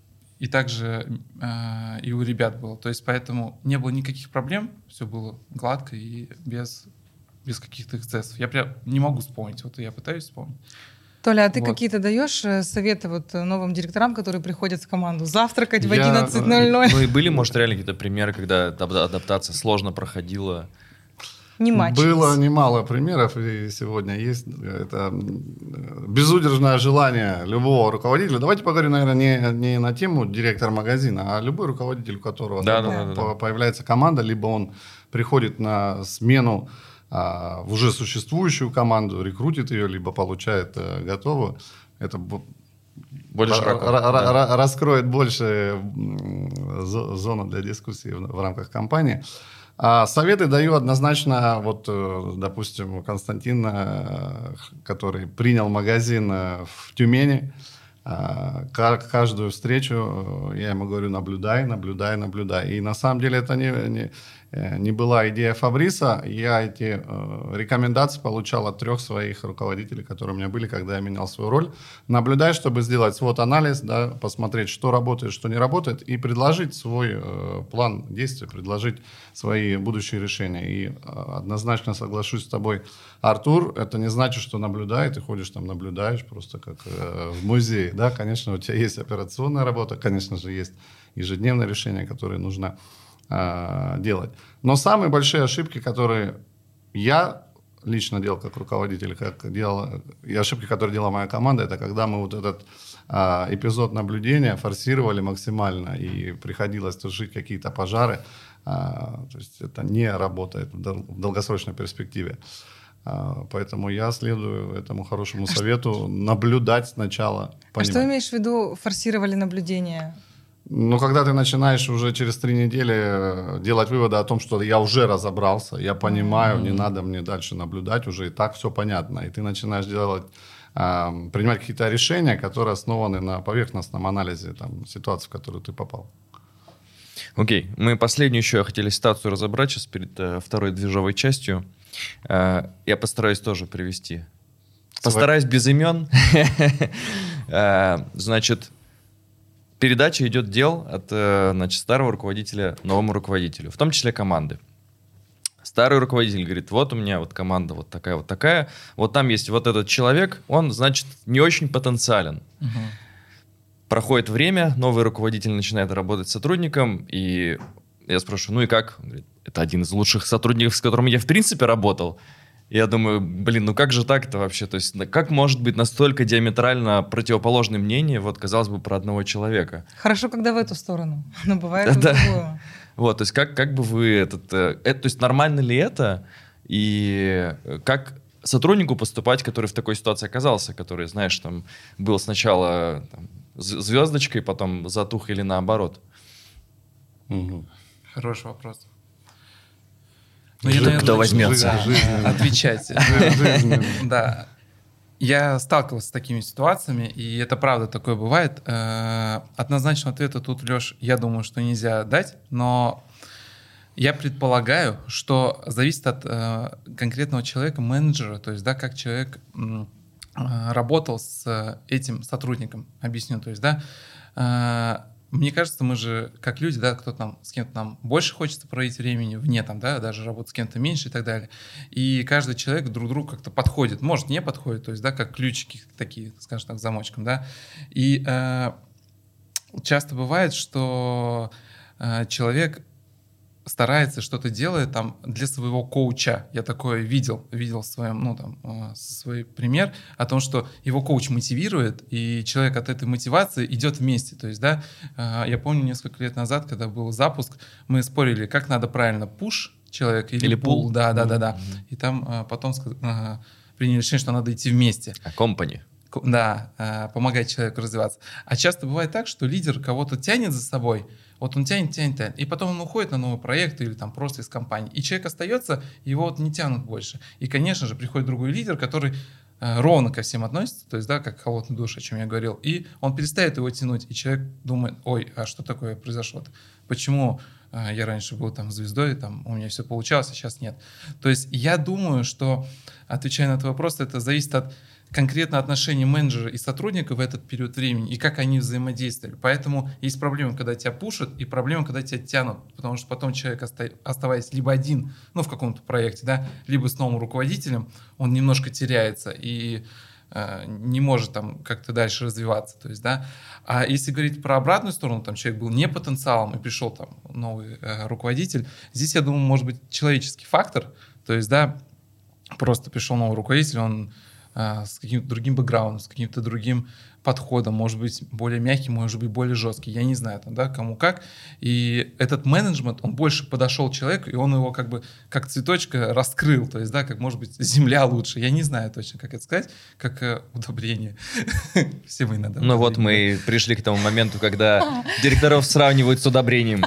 [SPEAKER 4] И также э, и у ребят было. То есть поэтому не было никаких проблем, все было гладко и без, без каких-то эксцессов. Я прям не могу вспомнить, вот я пытаюсь вспомнить.
[SPEAKER 2] Толя, а ты
[SPEAKER 4] Вот.
[SPEAKER 2] какие-то даешь советы вот новым директорам, которые приходят в команду? Завтракать в
[SPEAKER 3] Я,
[SPEAKER 2] одиннадцать ноль ноль?
[SPEAKER 1] Ну и были, может, реально какие-то примеры, когда адап- адаптация сложно проходила?
[SPEAKER 2] Не матч.
[SPEAKER 3] Было немало примеров, и сегодня есть. Это безудержное желание любого руководителя. Давайте поговорим, наверное, не, не на тему директора магазина, а любой руководитель, у которого
[SPEAKER 1] Да,
[SPEAKER 3] там
[SPEAKER 1] да, да,
[SPEAKER 3] по-
[SPEAKER 1] да.
[SPEAKER 3] появляется команда, либо он приходит на смену а, в уже существующую команду, рекрутит ее, либо получает а, готовую. Это б-
[SPEAKER 1] Более
[SPEAKER 3] ра-
[SPEAKER 1] широко.
[SPEAKER 3] ра-
[SPEAKER 1] Да.
[SPEAKER 3] ра- раскроет больше м, зо- зону для дискуссии в, в рамках компании. А советы даю однозначно, вот, э, допустим, Константин, э, который принял магазин э, в Тюмени, э, ка- каждую встречу э, я ему говорю: наблюдай, наблюдай, наблюдай. И на самом деле это не, не, э, не была идея Фабриса. Я эти э, рекомендации получал от трех своих руководителей, которые у меня были, когда я менял свою роль. Наблюдай, чтобы сделать свод-анализ, да, посмотреть, что работает, что не работает, и предложить свой э, план действий, предложить свои будущие решения. И э, однозначно соглашусь с тобой, Артур, это не значит, что наблюдай, ты ходишь там, наблюдаешь, просто как э, в музее. Да, конечно, у тебя есть операционная работа, конечно же, есть ежедневные решения, которые нужно э, делать. Но самые большие ошибки, которые я лично делал как руководитель, как делал, и ошибки, которые делала моя команда, это когда мы вот этот а, эпизод наблюдения форсировали максимально, и приходилось тушить какие-то пожары. А, то есть это не работает в, дол- в долгосрочной перспективе. А, поэтому я следую этому хорошему совету наблюдать сначала.
[SPEAKER 2] А
[SPEAKER 3] Понимать.
[SPEAKER 2] что имеешь в виду форсировали наблюдение?
[SPEAKER 3] Ну, когда ты начинаешь уже через три недели делать выводы о том, что я уже разобрался, я понимаю, mm-hmm. не надо мне дальше наблюдать, уже и так все понятно. И ты начинаешь делать, э, принимать какие-то решения, которые основаны на поверхностном анализе там, ситуации, в которую ты попал.
[SPEAKER 1] Окей, мы последнюю еще хотели ситуацию разобрать сейчас перед э, второй движовой частью. Э, я постараюсь тоже привести. Постараюсь без имен. Э, Значит... Передача идет дел от значит, старого руководителя новому руководителю, в том числе команды. Старый руководитель говорит: вот у меня вот команда вот такая вот такая, вот там есть вот этот человек, он, значит, не очень потенциален.
[SPEAKER 4] Угу.
[SPEAKER 1] Проходит время, новый руководитель начинает работать с сотрудником, и я спрашиваю: ну и как? Он говорит: это один из лучших сотрудников, с которым я в принципе работал. Я думаю, блин, ну как же так-то вообще? То есть как может быть настолько диаметрально противоположное мнение, вот, казалось бы, про одного человека?
[SPEAKER 2] Хорошо, когда в эту сторону, но бывает в
[SPEAKER 1] Да.
[SPEAKER 2] другую.
[SPEAKER 1] Вот, то есть как, как бы вы этот... э, это, то есть нормально ли это? И как сотруднику поступать, который в такой ситуации оказался, который, знаешь, там был сначала там, з- звездочкой, потом затух или наоборот?
[SPEAKER 3] Угу.
[SPEAKER 4] Хороший вопрос.
[SPEAKER 1] Ну, я, наверное, кто возьмется?
[SPEAKER 4] Да,
[SPEAKER 3] Жизненно.
[SPEAKER 4] отвечайте.
[SPEAKER 3] Жизненно.
[SPEAKER 4] Да. Я сталкивался с такими ситуациями, и это правда такое бывает. Э, Однозначного ответа тут, Леш, я думаю, что нельзя дать, но я предполагаю, что зависит от э, конкретного человека, менеджера, то есть, да, как человек м, э, работал с этим сотрудником. Объясню, то есть, да, э, мне кажется, мы же, как люди, да, кто-то нам, с кем-то нам больше хочется проводить времени, вне там, да, даже работать с кем-то меньше и так далее. И каждый человек друг другу как-то подходит. Может, не подходит, то есть, да, как ключики такие, скажем так, замочком, да. И э, часто бывает, что э, человек старается, что-то делает там для своего коуча. Я такое видел, видел в своем, ну, там, э, свой пример о том, что его коуч мотивирует, и человек от этой мотивации идет вместе. То есть, да, э, я помню несколько лет назад, когда был запуск, мы спорили, как надо правильно пуш человек или,
[SPEAKER 1] или
[SPEAKER 4] пул.
[SPEAKER 1] пул.
[SPEAKER 4] Да, да, да, да. Mm-hmm. И там э, потом э, приняли решение, что надо идти вместе.
[SPEAKER 1] А компани.
[SPEAKER 4] Да, э, помогать человеку развиваться. А часто бывает так, что лидер кого-то тянет за собой, вот он тянет, тянет, тянет, и потом он уходит на новый проект или там просто из компании, и человек остается, его вот не тянут больше. И, конечно же, приходит другой лидер, который э, ровно ко всем относится, то есть, да, как холодный душ, о чем я говорил, и он перестает его тянуть, и человек думает, ой, а что такое произошло-то? Почему э, я раньше был там звездой, там у меня все получалось, а сейчас нет? То есть я думаю, что, отвечая на этот вопрос, это зависит от конкретно отношения менеджера и сотрудника в этот период времени, и как они взаимодействовали. Поэтому есть проблема, когда тебя пушат, и проблема, когда тебя тянут, потому что потом человек, оставаясь либо один, ну, в каком-то проекте, да, либо с новым руководителем, он немножко теряется и э, не может там как-то дальше развиваться. То есть, да. А если говорить про обратную сторону, там человек был не потенциалом, и пришел там новый э, руководитель, здесь, я думаю, может быть человеческий фактор, то есть, да, просто пришел новый руководитель, он с каким-то другим бэкграундом, с каким-то другим подходом, может быть, более мягкий, может быть, более жесткий, я не знаю, там, да, кому как. И этот менеджмент, он больше подошел человеку, и он его как бы, как цветочка раскрыл, то есть, да, как, может быть, земля лучше, я не знаю точно, как это сказать, как э, удобрение. Все мы иногда.
[SPEAKER 1] Ну вот мы пришли к тому моменту, когда директоров сравнивают с удобрением.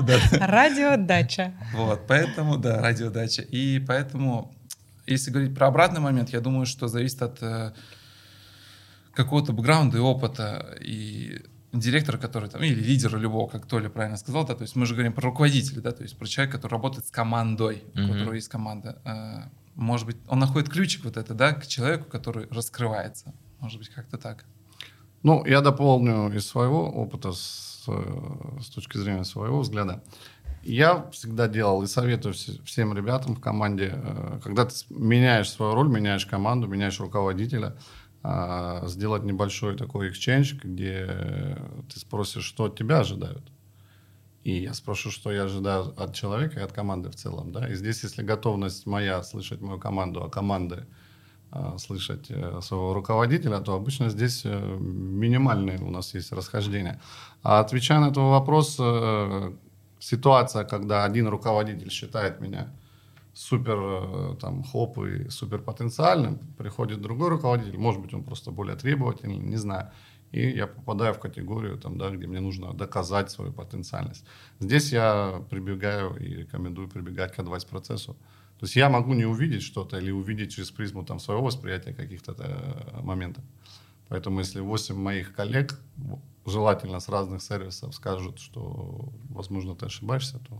[SPEAKER 2] Радиодача.
[SPEAKER 4] Вот, поэтому, да, радиодача. И поэтому... Если говорить про обратный момент, я думаю, что зависит от э, какого-то бэкграунда и опыта, и директора, который там, или лидера любого, как Толя правильно сказал, да, то есть мы же говорим про руководителя, да, то есть про человека, который работает с командой, mm-hmm. у которого есть команда. Э, может быть, он находит ключик вот это, да, к человеку, который раскрывается. Может быть, как-то так.
[SPEAKER 3] Ну, я дополню из своего опыта, с, с точки зрения своего взгляда. Я всегда делал и советую всем ребятам в команде, когда ты меняешь свою роль, меняешь команду, меняешь руководителя, сделать небольшой такой exchange, где ты спросишь, что от тебя ожидают. И я спрошу, что я ожидаю от человека и от команды в целом. Да? И здесь, если готовность моя слышать мою команду, а команды слышать своего руководителя, то обычно здесь минимальные у нас есть расхождения. А отвечая на этот вопрос, ситуация, когда один руководитель считает меня супер там, хоп и супер потенциальным, приходит другой руководитель, может быть, он просто более требовательный, не знаю, и я попадаю в категорию, там, да, где мне нужно доказать свою потенциальность. Здесь я прибегаю и рекомендую прибегать к адвайс-процессу. То есть я могу не увидеть что-то или увидеть через призму там, своего восприятия каких-то моментов. Поэтому если восемь моих коллег, желательно с разных сервисов, скажут, что, возможно, ты ошибаешься, то...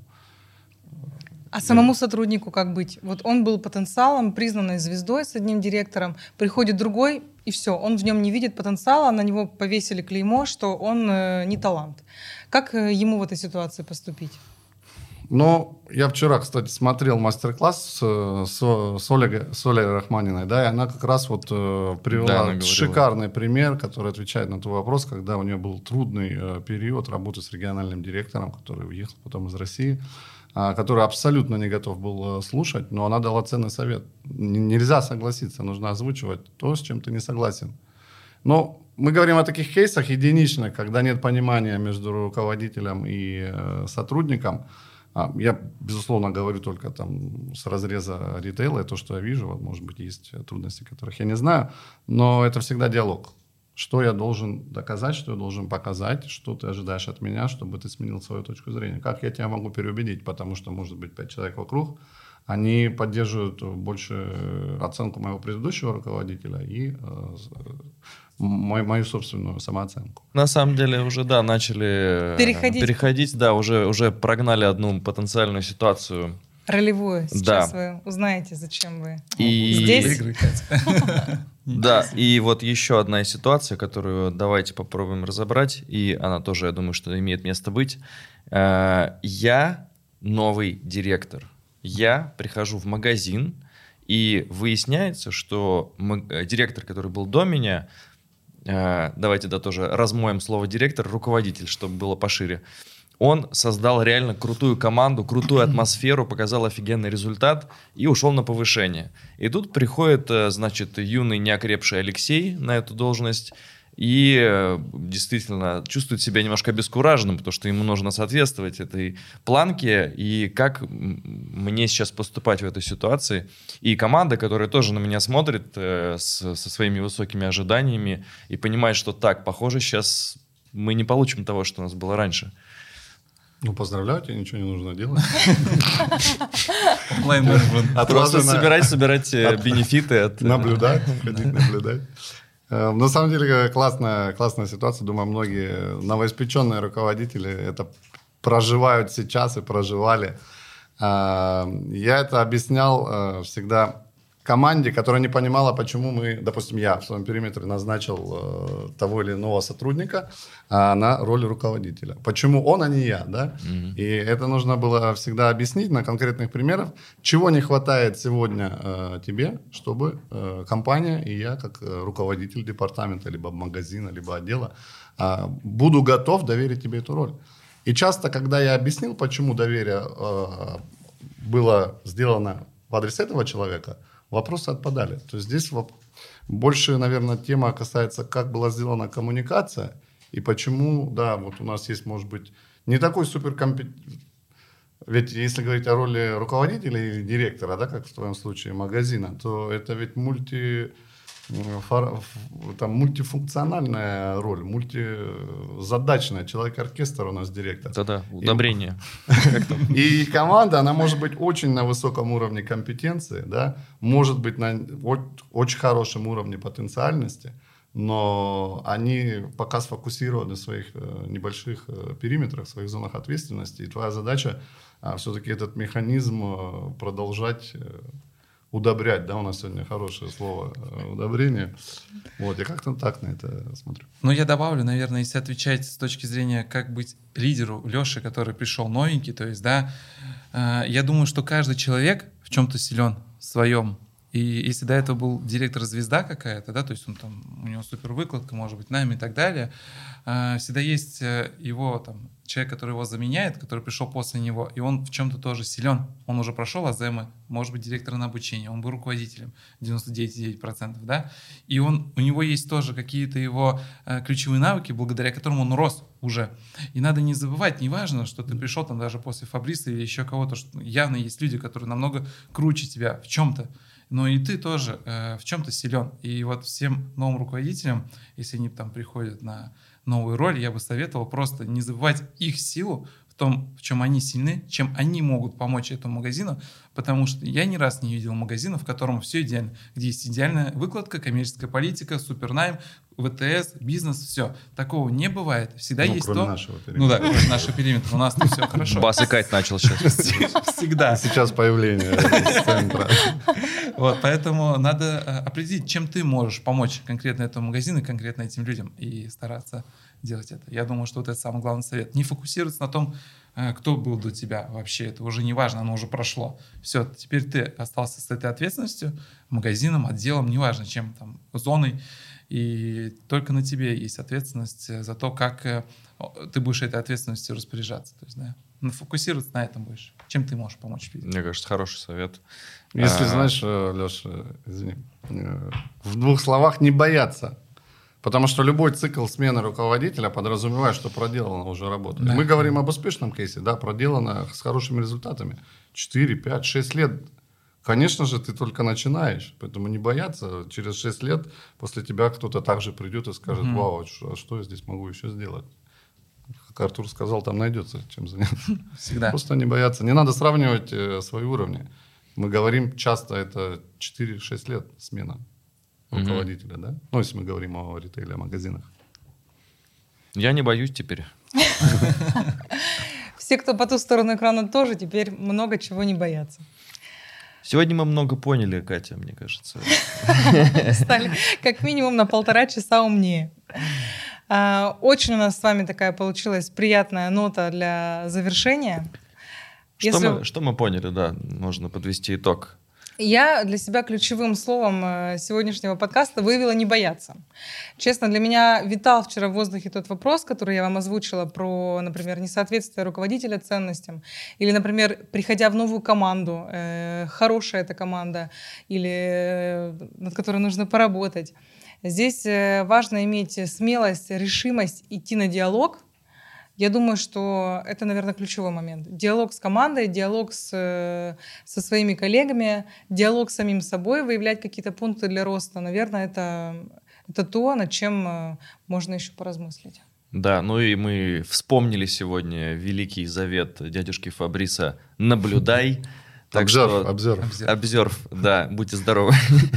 [SPEAKER 2] А самому сотруднику как быть? Вот он был потенциалом, признанной звездой с одним директором, приходит другой, и все, он в нем не видит потенциала, на него повесили клеймо, что он э, не талант. Как э, ему в этой ситуации поступить?
[SPEAKER 3] Ну, я вчера, кстати, смотрел мастер-класс с, с, с, Олегой, с Олей Рахманиной, да, и она как раз вот э, привела да, шикарный пример, который отвечает на твой вопрос, когда у нее был трудный э, период работы с региональным директором, который уехал потом из России, э, который абсолютно не готов был э, слушать, но она дала ценный совет. Н- нельзя согласиться, нужно озвучивать то, с чем ты не согласен. Но мы говорим о таких кейсах единичных, когда нет понимания между руководителем и э, сотрудником. Я, безусловно, говорю только там с разреза ритейла, и то, что я вижу, вот, может быть, есть трудности, которых я не знаю, но это всегда диалог. Что я должен доказать, что я должен показать, что ты ожидаешь от меня, чтобы ты сменил свою точку зрения. Как я тебя могу переубедить, потому что, может быть, пять человек вокруг, они поддерживают больше оценку моего предыдущего руководителя и э, мою, мою собственную самооценку.
[SPEAKER 1] На самом деле уже, да, начали
[SPEAKER 2] переходить,
[SPEAKER 1] переходить да, уже, уже прогнали одну потенциальную ситуацию.
[SPEAKER 2] Ролевую. Сейчас
[SPEAKER 1] да.
[SPEAKER 2] вы узнаете, зачем вы
[SPEAKER 1] и...
[SPEAKER 2] здесь.
[SPEAKER 1] Да, и вот еще одна ситуация, которую давайте попробуем разобрать, и она тоже, я думаю, что имеет место быть. Я новый директор. Я прихожу в магазин, и выясняется, что директор, который был до меня, давайте да тоже размоем слово директор, руководитель, чтобы было пошире, Он создал реально крутую команду, крутую атмосферу, показал офигенный результат и ушел на повышение. И тут приходит, значит, юный неокрепший Алексей на эту должность и действительно чувствует себя немножко обескураженным, потому что ему нужно соответствовать этой планке. И как мне сейчас поступать в этой ситуации? И команда, которая тоже на меня смотрит э, с, со своими высокими ожиданиями и понимает, что так, похоже, сейчас мы не получим того, что у нас было раньше.
[SPEAKER 3] Ну, поздравляю, тебе ничего не нужно делать.
[SPEAKER 1] Просто собирать, собирать бенефиты от...
[SPEAKER 3] Наблюдать, ходить наблюдать. На самом деле классная, классная ситуация. Думаю, многие новоиспеченные руководители это проживают сейчас и проживали. Я это объяснял всегда команде, которая не понимала, почему мы, допустим, я в своем периметре назначил того или иного сотрудника на роль руководителя. Почему он, а не я, да? Mm-hmm. И это нужно было всегда объяснить на конкретных примерах, чего не хватает сегодня э, тебе, чтобы э, компания и я, как руководитель департамента, либо магазина, либо отдела, э, буду готов доверить тебе эту роль. И часто, когда я объяснил, почему доверие э, было сделано в адрес этого человека, вопросы отпадали. То есть здесь больше, наверное, тема касается, как была сделана коммуникация и почему, да, вот у нас есть, может быть, не такой суперкомпетентный. Ведь если говорить о роли руководителя или директора, да, как в твоем случае, магазина, то это ведь мульти, там, мультифункциональная роль, мультизадачная. Человек-оркестр у нас директор.
[SPEAKER 1] Да-да, удобрение.
[SPEAKER 3] И команда, она может быть очень на высоком уровне компетенции, да, может быть на очень хорошем уровне потенциальности, но они пока сфокусированы в своих небольших периметрах, в своих зонах ответственности. И твоя задача все-таки этот механизм продолжать удобрять, да, у нас сегодня хорошее слово удобрение. Вот, я как-то так на это смотрю.
[SPEAKER 4] Ну, я добавлю, наверное, если отвечать с точки зрения, как быть лидеру Леши, который пришел новенький, то есть, да, э, я думаю, что каждый человек в чем-то силен, в своем. И если до этого был директор-звезда какая-то, да, то есть он там, у него супер выкладка, может быть, нами и так далее, э, всегда есть его там человек, который его заменяет, который пришел после него, и он в чем-то тоже силен. Он уже прошел АЗЭМы, может быть, директором на обучение, он был руководителем девяносто девять целых девять десятых процента, да, и он, у него есть тоже какие-то его э, ключевые навыки, благодаря которым он рос уже. И надо не забывать, неважно, что ты пришел там даже после Фабриса или еще кого-то, что явно есть люди, которые намного круче тебя в чем-то, но и ты тоже э, в чем-то силен. И вот всем новым руководителям, если они там приходят на новую роль, я бы советовал просто не забывать их силу в том, в чем они сильны, чем они могут помочь этому магазину, потому что я ни раз не видел магазина, в котором все идеально, где есть идеальная выкладка, коммерческая политика, супернайм, ВТС, бизнес, все. Такого не бывает. Всегда
[SPEAKER 3] ну,
[SPEAKER 4] есть
[SPEAKER 3] кроме
[SPEAKER 4] то...
[SPEAKER 3] нашего периметра.
[SPEAKER 4] Ну да, кроме нашего периметра. У нас там все хорошо.
[SPEAKER 1] Бас и Кать начал сейчас.
[SPEAKER 4] Всегда.
[SPEAKER 3] Сейчас появление центра.
[SPEAKER 4] Вот, поэтому надо определить, чем ты можешь помочь конкретно этому магазину и конкретно этим людям и стараться делать это. Я думаю, что вот это самый главный совет. Не фокусироваться на том, кто был до тебя вообще. Это уже не важно, оно уже прошло. Все, теперь ты остался с этой ответственностью, магазином, отделом, неважно чем, там, зоной. И только на тебе есть ответственность за то, как ты будешь этой ответственностью распоряжаться. То есть, да, фокусироваться на этом больше. Чем ты можешь помочь людям?
[SPEAKER 1] Мне кажется, хороший совет.
[SPEAKER 3] Если, а... знаешь, Леша, извини, в двух словах не бояться. Потому что любой цикл смены руководителя подразумевает, что проделана уже работа. Да. Мы говорим об успешном кейсе, да, проделано с хорошими результатами. четыре, пять, шесть лет. Конечно же, ты только начинаешь, поэтому не бояться. Через шесть лет после тебя кто-то также придет и скажет, mm-hmm. вау, а что я здесь могу еще сделать? Как Артур сказал, там найдется чем заняться.
[SPEAKER 4] Всегда.
[SPEAKER 3] Просто не бояться. Не надо сравнивать э, свои уровни. Мы говорим часто, это четыре-шесть лет смена руководителя, mm-hmm. да? Ну, если мы говорим о ритейле, о магазинах.
[SPEAKER 1] Я не боюсь теперь.
[SPEAKER 2] Все, кто по ту сторону экрана, тоже теперь много чего не боятся.
[SPEAKER 1] Сегодня мы много поняли, Катя, мне кажется.
[SPEAKER 2] Стали как минимум на полтора часа умнее. Очень у нас с вами такая получилась приятная нота для завершения.
[SPEAKER 1] Что, Если... мы, что мы поняли, да, можно подвести итог.
[SPEAKER 2] Я для себя ключевым словом сегодняшнего подкаста выявила «не бояться». Честно, для меня витал вчера в воздухе тот вопрос, который я вам озвучила про, например, несоответствие руководителя ценностям. Или, например, приходя в новую команду, э, хорошая эта команда, или э, над которой нужно поработать. Здесь э, важно иметь смелость, решимость идти на диалог. Я думаю, что это, наверное, ключевой момент. Диалог с командой, диалог с, со своими коллегами, диалог с самим собой, выявлять какие-то пункты для роста. Наверное, это, это то, над чем можно еще поразмыслить.
[SPEAKER 1] Да, ну и мы вспомнили сегодня великий завет дядюшки Фабриса «Наблюдай». Так
[SPEAKER 3] обзерв,
[SPEAKER 1] что,
[SPEAKER 3] обзерв.
[SPEAKER 1] обзерв, да, будьте здоровы.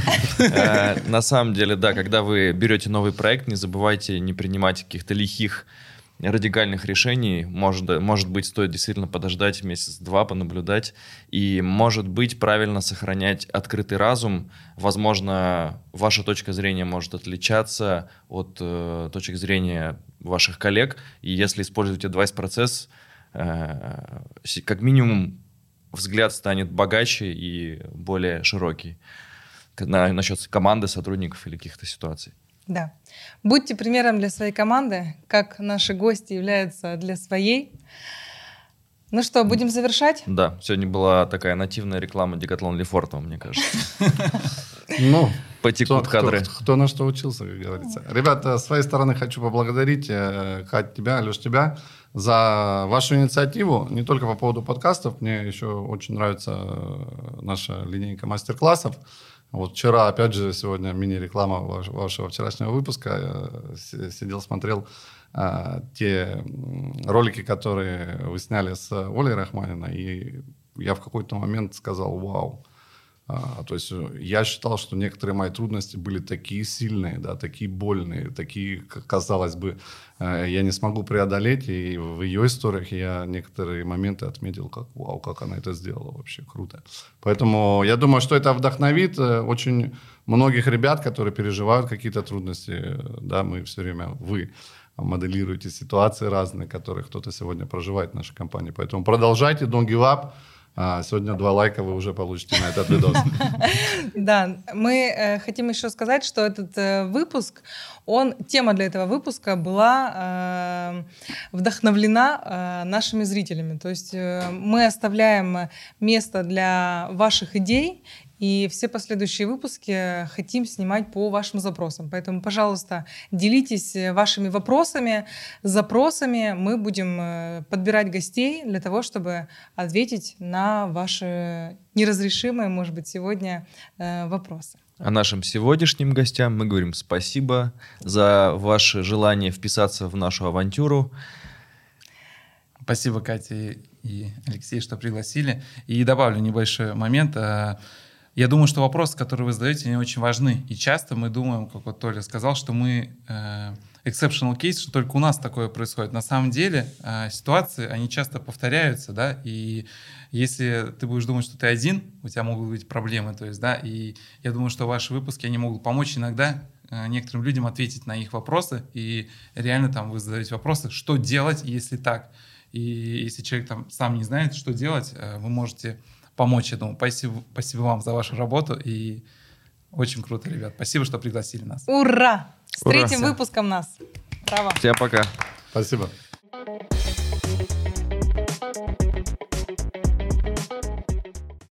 [SPEAKER 1] На самом деле, да, когда вы берете новый проект, не забывайте не принимать каких-то лихих радикальных решений. Может, может быть, стоит действительно подождать месяц-два, понаблюдать. И, может быть, правильно сохранять открытый разум. Возможно, ваша точка зрения может отличаться от э, точек зрения ваших коллег. И если используете адвайс-процесс, э, как минимум взгляд станет богаче и более широкий на, насчет команды, сотрудников или каких-то ситуаций.
[SPEAKER 2] Да. Будьте примером для своей команды, как наши гости являются для своей. Ну что, будем завершать?
[SPEAKER 1] Да, сегодня была такая нативная реклама Decathlon Лефортово, мне кажется.
[SPEAKER 3] Ну,
[SPEAKER 1] потекут кадры.
[SPEAKER 3] Кто, кто на что учился, как говорится. Ребята, с своей стороны хочу поблагодарить, Кать, тебя, Леш, тебя за вашу инициативу. Не только по поводу подкастов. Мне еще очень нравится наша линейка мастер-классов. Вот вчера, опять же, сегодня мини-реклама ваш, вашего вчерашнего выпуска. Я сидел, смотрел а, те ролики, которые вы сняли с Олей Рахманиной, и я в какой-то момент сказал «Вау». А, то есть я считал, что некоторые мои трудности были такие сильные, да, такие больные, такие, казалось бы, я не смогу преодолеть. И в ее историях я некоторые моменты отметил, как вау, как она это сделала, вообще круто. Поэтому я думаю, что это вдохновит очень многих ребят, которые переживают какие-то трудности. Да, мы все время, вы моделируете ситуации разные, которые кто-то сегодня проживает в нашей компании. Поэтому продолжайте, don't give up. А, сегодня два лайка вы уже получите на этот видос.
[SPEAKER 2] Да, мы э, хотим еще сказать, что этот э, выпуск, он, тема для этого выпуска была э, вдохновлена э, нашими зрителями. То есть э, мы оставляем место для ваших идей, и все последующие выпуски хотим снимать по вашим запросам. Поэтому, пожалуйста, делитесь вашими вопросами, запросами. Мы будем подбирать гостей для того, чтобы ответить на ваши неразрешимые, может быть, сегодня вопросы.
[SPEAKER 1] А нашим сегодняшним гостям мы говорим спасибо за ваше желание вписаться в нашу авантюру.
[SPEAKER 4] Спасибо, Катя и Алексей, что пригласили. И добавлю небольшой момент. Я думаю, что вопросы, которые вы задаете, они очень важны. И часто мы думаем, как вот Толя сказал, что мы э, exceptional case, что только у нас такое происходит. На самом деле э, ситуации, они часто повторяются, да, и если ты будешь думать, что ты один, у тебя могут быть проблемы, то есть, да, и я думаю, что ваши выпуски, они могут помочь иногда э, некоторым людям ответить на их вопросы, и реально там вы задаете вопросы, что делать, если так. И если человек там сам не знает, что делать, э, вы можете помочь, я думаю. Спасибо, спасибо вам за вашу работу. И очень круто, ребят. Спасибо, что пригласили нас.
[SPEAKER 2] Ура! С
[SPEAKER 1] Ура!
[SPEAKER 2] третьим выпуском нас. Браво.
[SPEAKER 1] Всем пока.
[SPEAKER 3] Спасибо.